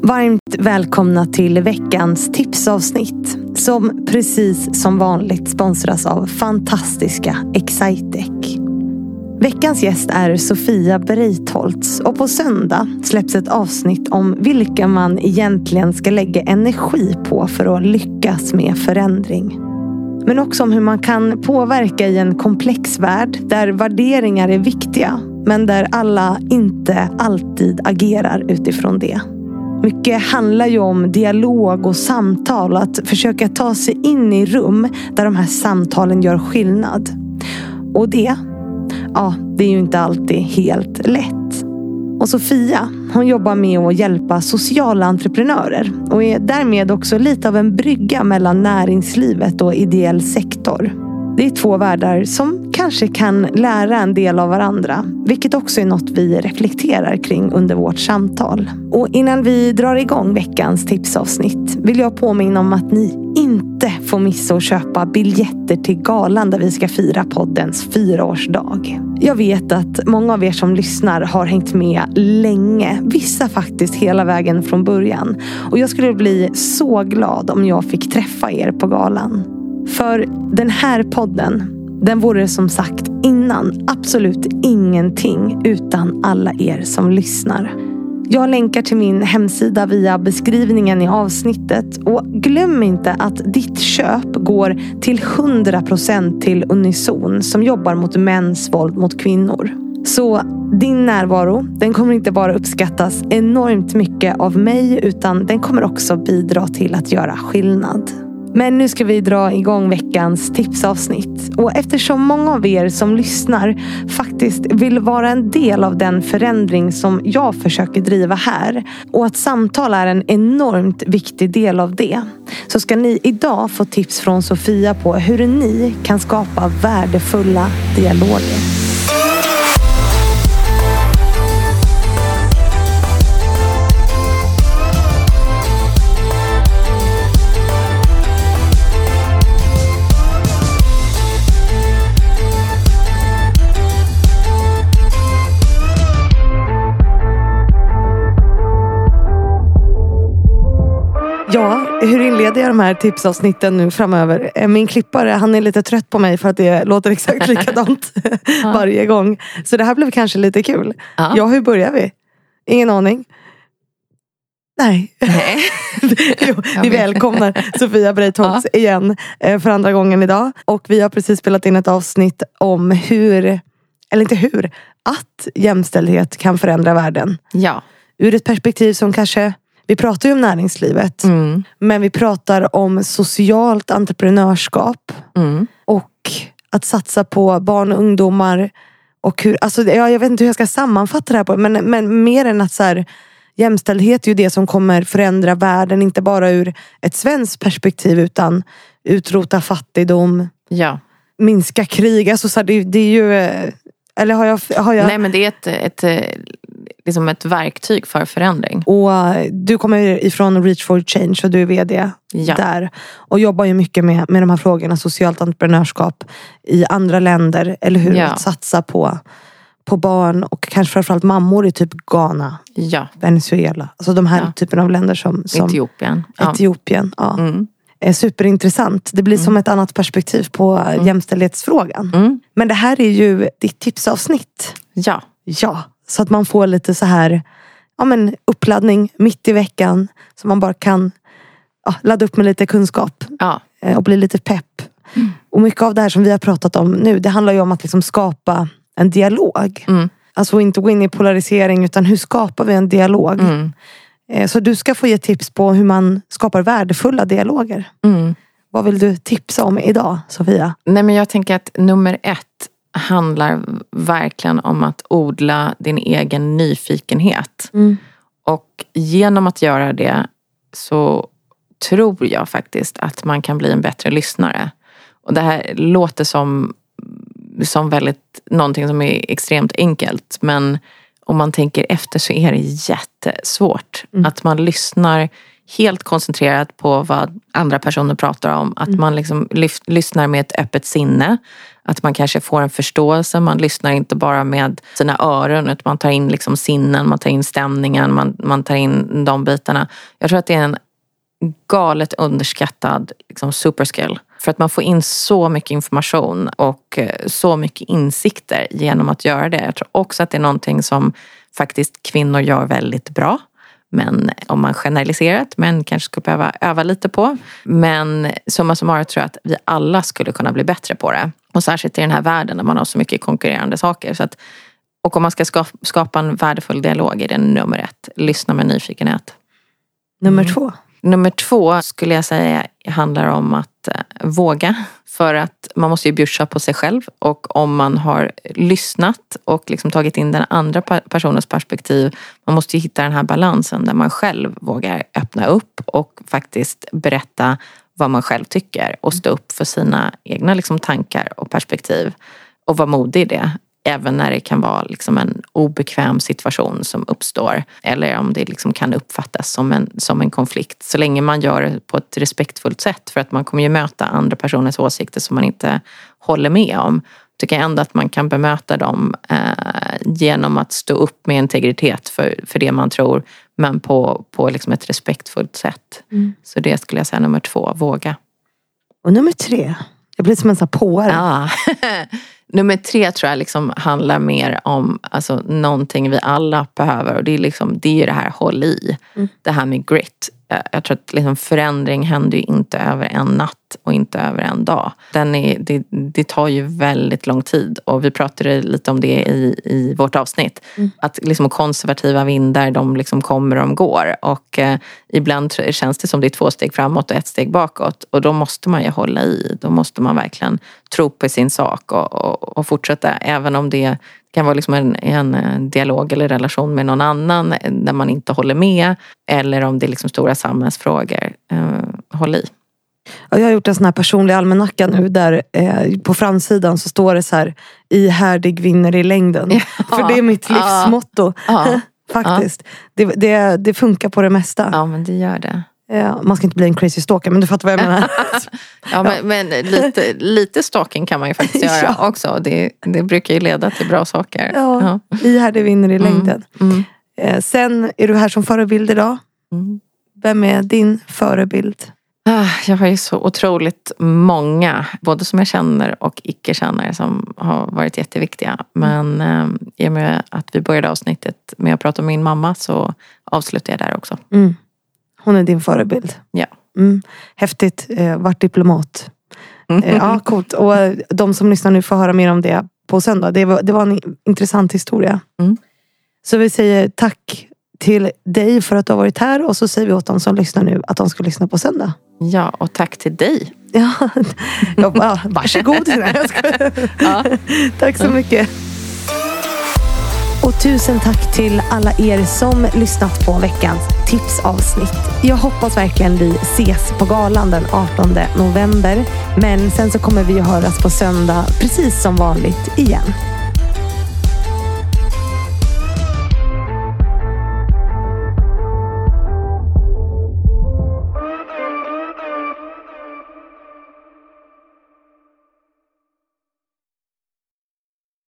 Varmt välkomna till veckans tipsavsnitt som precis som vanligt sponsras av fantastiska Excitec. Veckans gäst är Sofia Breitholtz och på söndag släpps ett avsnitt om vilka man egentligen ska lägga energi på för att lyckas med förändring. Men också om hur man kan påverka i en komplex värld där värderingar är viktiga men där alla inte alltid agerar utifrån det. Mycket handlar ju om dialog och samtal, att försöka ta sig in i rum där de här samtalen gör skillnad. Och det är ju inte alltid helt lätt. Och Sofia, hon jobbar med att hjälpa sociala entreprenörer och är därmed också lite av en brygga mellan näringslivet och ideell sektor. Det är två världar som kanske kan lära en del av varandra, vilket också är något vi reflekterar kring under vårt samtal. Och innan vi drar igång veckans tipsavsnitt vill jag påminna om att ni inte får missa att köpa biljetter till galan där vi ska fira poddens 4-årsdag. Jag vet att många av er som lyssnar har hängt med länge, vissa faktiskt hela vägen från början. Och jag skulle bli så glad om jag fick träffa er på galan. För den här podden, den vore som sagt innan absolut ingenting utan alla er som lyssnar. Jag länkar till min hemsida via beskrivningen i avsnittet och glöm inte att ditt köp går till 100% till Unison som jobbar mot mäns våld mot kvinnor. Så din närvaro, den kommer inte bara uppskattas enormt mycket av mig utan den kommer också bidra till att göra skillnad. Men nu ska vi dra igång veckans tipsavsnitt. Och eftersom många av er som lyssnar faktiskt vill vara en del av den förändring som jag försöker driva här och att samtal är en enormt viktig del av det, så ska ni idag få tips från Sofia på hur ni kan skapa värdefulla dialoger. Ja, hur inleder jag de här tipsavsnitten nu framöver? Min klippare, han är lite trött på mig för att det låter exakt likadant varje gång. Så det här blev kanske lite kul. Ja, hur börjar vi? Ingen aning. Nej. Jo, vi välkomnar Sofia Breitholtz igen för andra gången idag. Och vi har precis spelat in ett avsnitt om att jämställdhet kan förändra världen. Ja. Ur ett perspektiv som kanske... Vi pratar ju om näringslivet, men vi pratar om socialt entreprenörskap och att satsa på barn och ungdomar. Och hur, alltså, jag vet inte hur jag ska sammanfatta det här på, men mer än att så här, jämställdhet är ju det som kommer förändra världen, inte bara ur ett svenskt perspektiv utan utrota fattigdom, minska krig. Alltså, så här, det är ju... Eller har jag... Nej, men det är liksom ett verktyg för förändring. Och du kommer ifrån Reach for Change och du är vd där. Och jobbar ju mycket med de här frågorna, socialt entreprenörskap i andra länder. Eller hur? Att satsa på barn och kanske framförallt mammor i typ Ghana, Venezuela. Alltså de här typen av länder som Etiopien. Ja. Är superintressant. Det blir som ett annat perspektiv på jämställdhetsfrågan. Men det här är ju ditt tipsavsnitt. Ja, så att man får lite så här uppladdning mitt i veckan. Så man bara kan ladda upp med lite kunskap. Och bli lite pepp. Och mycket av det här som vi har pratat om nu, det handlar ju om att liksom skapa en dialog. Alltså inte gå in i polarisering, utan hur skapar vi en dialog? Så du ska få ge tips på hur man skapar värdefulla dialoger. Vad vill du tipsa om idag, Sofia? Nej, men jag tänker att nummer 1 handlar verkligen om att odla din egen nyfikenhet. Och genom att göra det så tror jag faktiskt att man kan bli en bättre lyssnare. Och det här låter som väldigt någonting som är extremt enkelt, men om man tänker efter så är det jättesvårt. Att man lyssnar helt koncentrerad på vad andra personer pratar om. Att man liksom lyssnar med ett öppet sinne. Att man kanske får en förståelse. Man lyssnar inte bara med sina öron, utan man tar in liksom sinnen, man tar in stämningen, man tar in de bitarna. Jag tror att det är en galet underskattad liksom superskill. För att man får in så mycket information och så mycket insikter genom att göra det. Jag tror också att det är någonting som faktiskt kvinnor gör väldigt bra. Men om man generaliserat, men kanske skulle behöva öva lite på. Men summa summarum tror jag att vi alla skulle kunna bli bättre på det. Och särskilt i den här världen där man har så mycket konkurrerande saker. Så att, och om man ska skapa en värdefull dialog är det nummer 1. Lyssna med nyfikenhet. Nummer 2? Nummer 2 skulle jag säga handlar om att våga. För att man måste ju bjussa på sig själv. Och om man har lyssnat och liksom tagit in den andra personens perspektiv. Man måste ju hitta den här balansen där man själv vågar öppna upp och faktiskt berätta vad man själv tycker. Och stå upp för sina egna liksom tankar och perspektiv. Och vara modig i det. Även när det kan vara liksom en obekväm situation som uppstår. Eller om det liksom kan uppfattas som en konflikt. Så länge man gör det på ett respektfullt sätt. För att man kommer ju möta andra personers åsikter som man inte håller med om. Tycker jag ändå att man kan bemöta dem genom att stå upp med integritet för det man tror. Men på liksom ett respektfullt sätt. Så det skulle jag säga nummer 2, våga. Och nummer 3? Jag blir som en sån påare. Ja. Nummer 3 tror jag liksom handlar mer om alltså, någonting vi alla behöver. Och det är ju det här håll i. Det här med grit. Jag tror att liksom förändring händer ju inte över en natt och inte över en dag. Det tar ju väldigt lång tid. Och vi pratade lite om det i vårt avsnitt. Att liksom konservativa vindar, de liksom kommer och de går. Och ibland känns det som det är 2 steg framåt och 1 steg bakåt. Och då måste man ju hålla i. Då måste man verkligen tro på sin sak och fortsätta. Även om det kan vara liksom en dialog eller relation med någon annan där man inte håller med. Eller om det är liksom stora samhällsfrågor. Håll i. Jag har gjort en sån här personlig almanacka nu där på framsidan så står det så här: ihärdig vinner i längden. Ja. För det är mitt livsmotto. Ja. Faktiskt. Ja. Det funkar på det mesta. Ja, men det gör det. Man ska inte bli en crazy stalker, men du fattar vad jag menar. Men lite stalking kan man ju faktiskt göra också. Det brukar ju leda till bra saker. Ja. Ihärdig vinner i längden. Sen är du här som förebild idag. Vem är din förebild? Jag har ju så otroligt många, både som jag känner och icke känner, som har varit jätteviktiga. Men i och med att vi började avsnittet med att prata om min mamma så avslutar jag där också. Hon är din förebild. Ja. Häftigt, vart diplomat. Ja, coolt. Och de som lyssnar nu får höra mer om det på söndag. Det var en intressant historia. Så vi säger tack till dig för att du har varit här. Och så säger vi åt de som lyssnar nu att de ska lyssna på söndag. Ja, och tack till dig. Ja, varsågod. Tack så mycket. Och tusen tack till alla er som lyssnat på veckans tipsavsnitt. Jag hoppas verkligen vi ses på galan den 18 november. Men sen så kommer vi att höras på söndag precis som vanligt igen.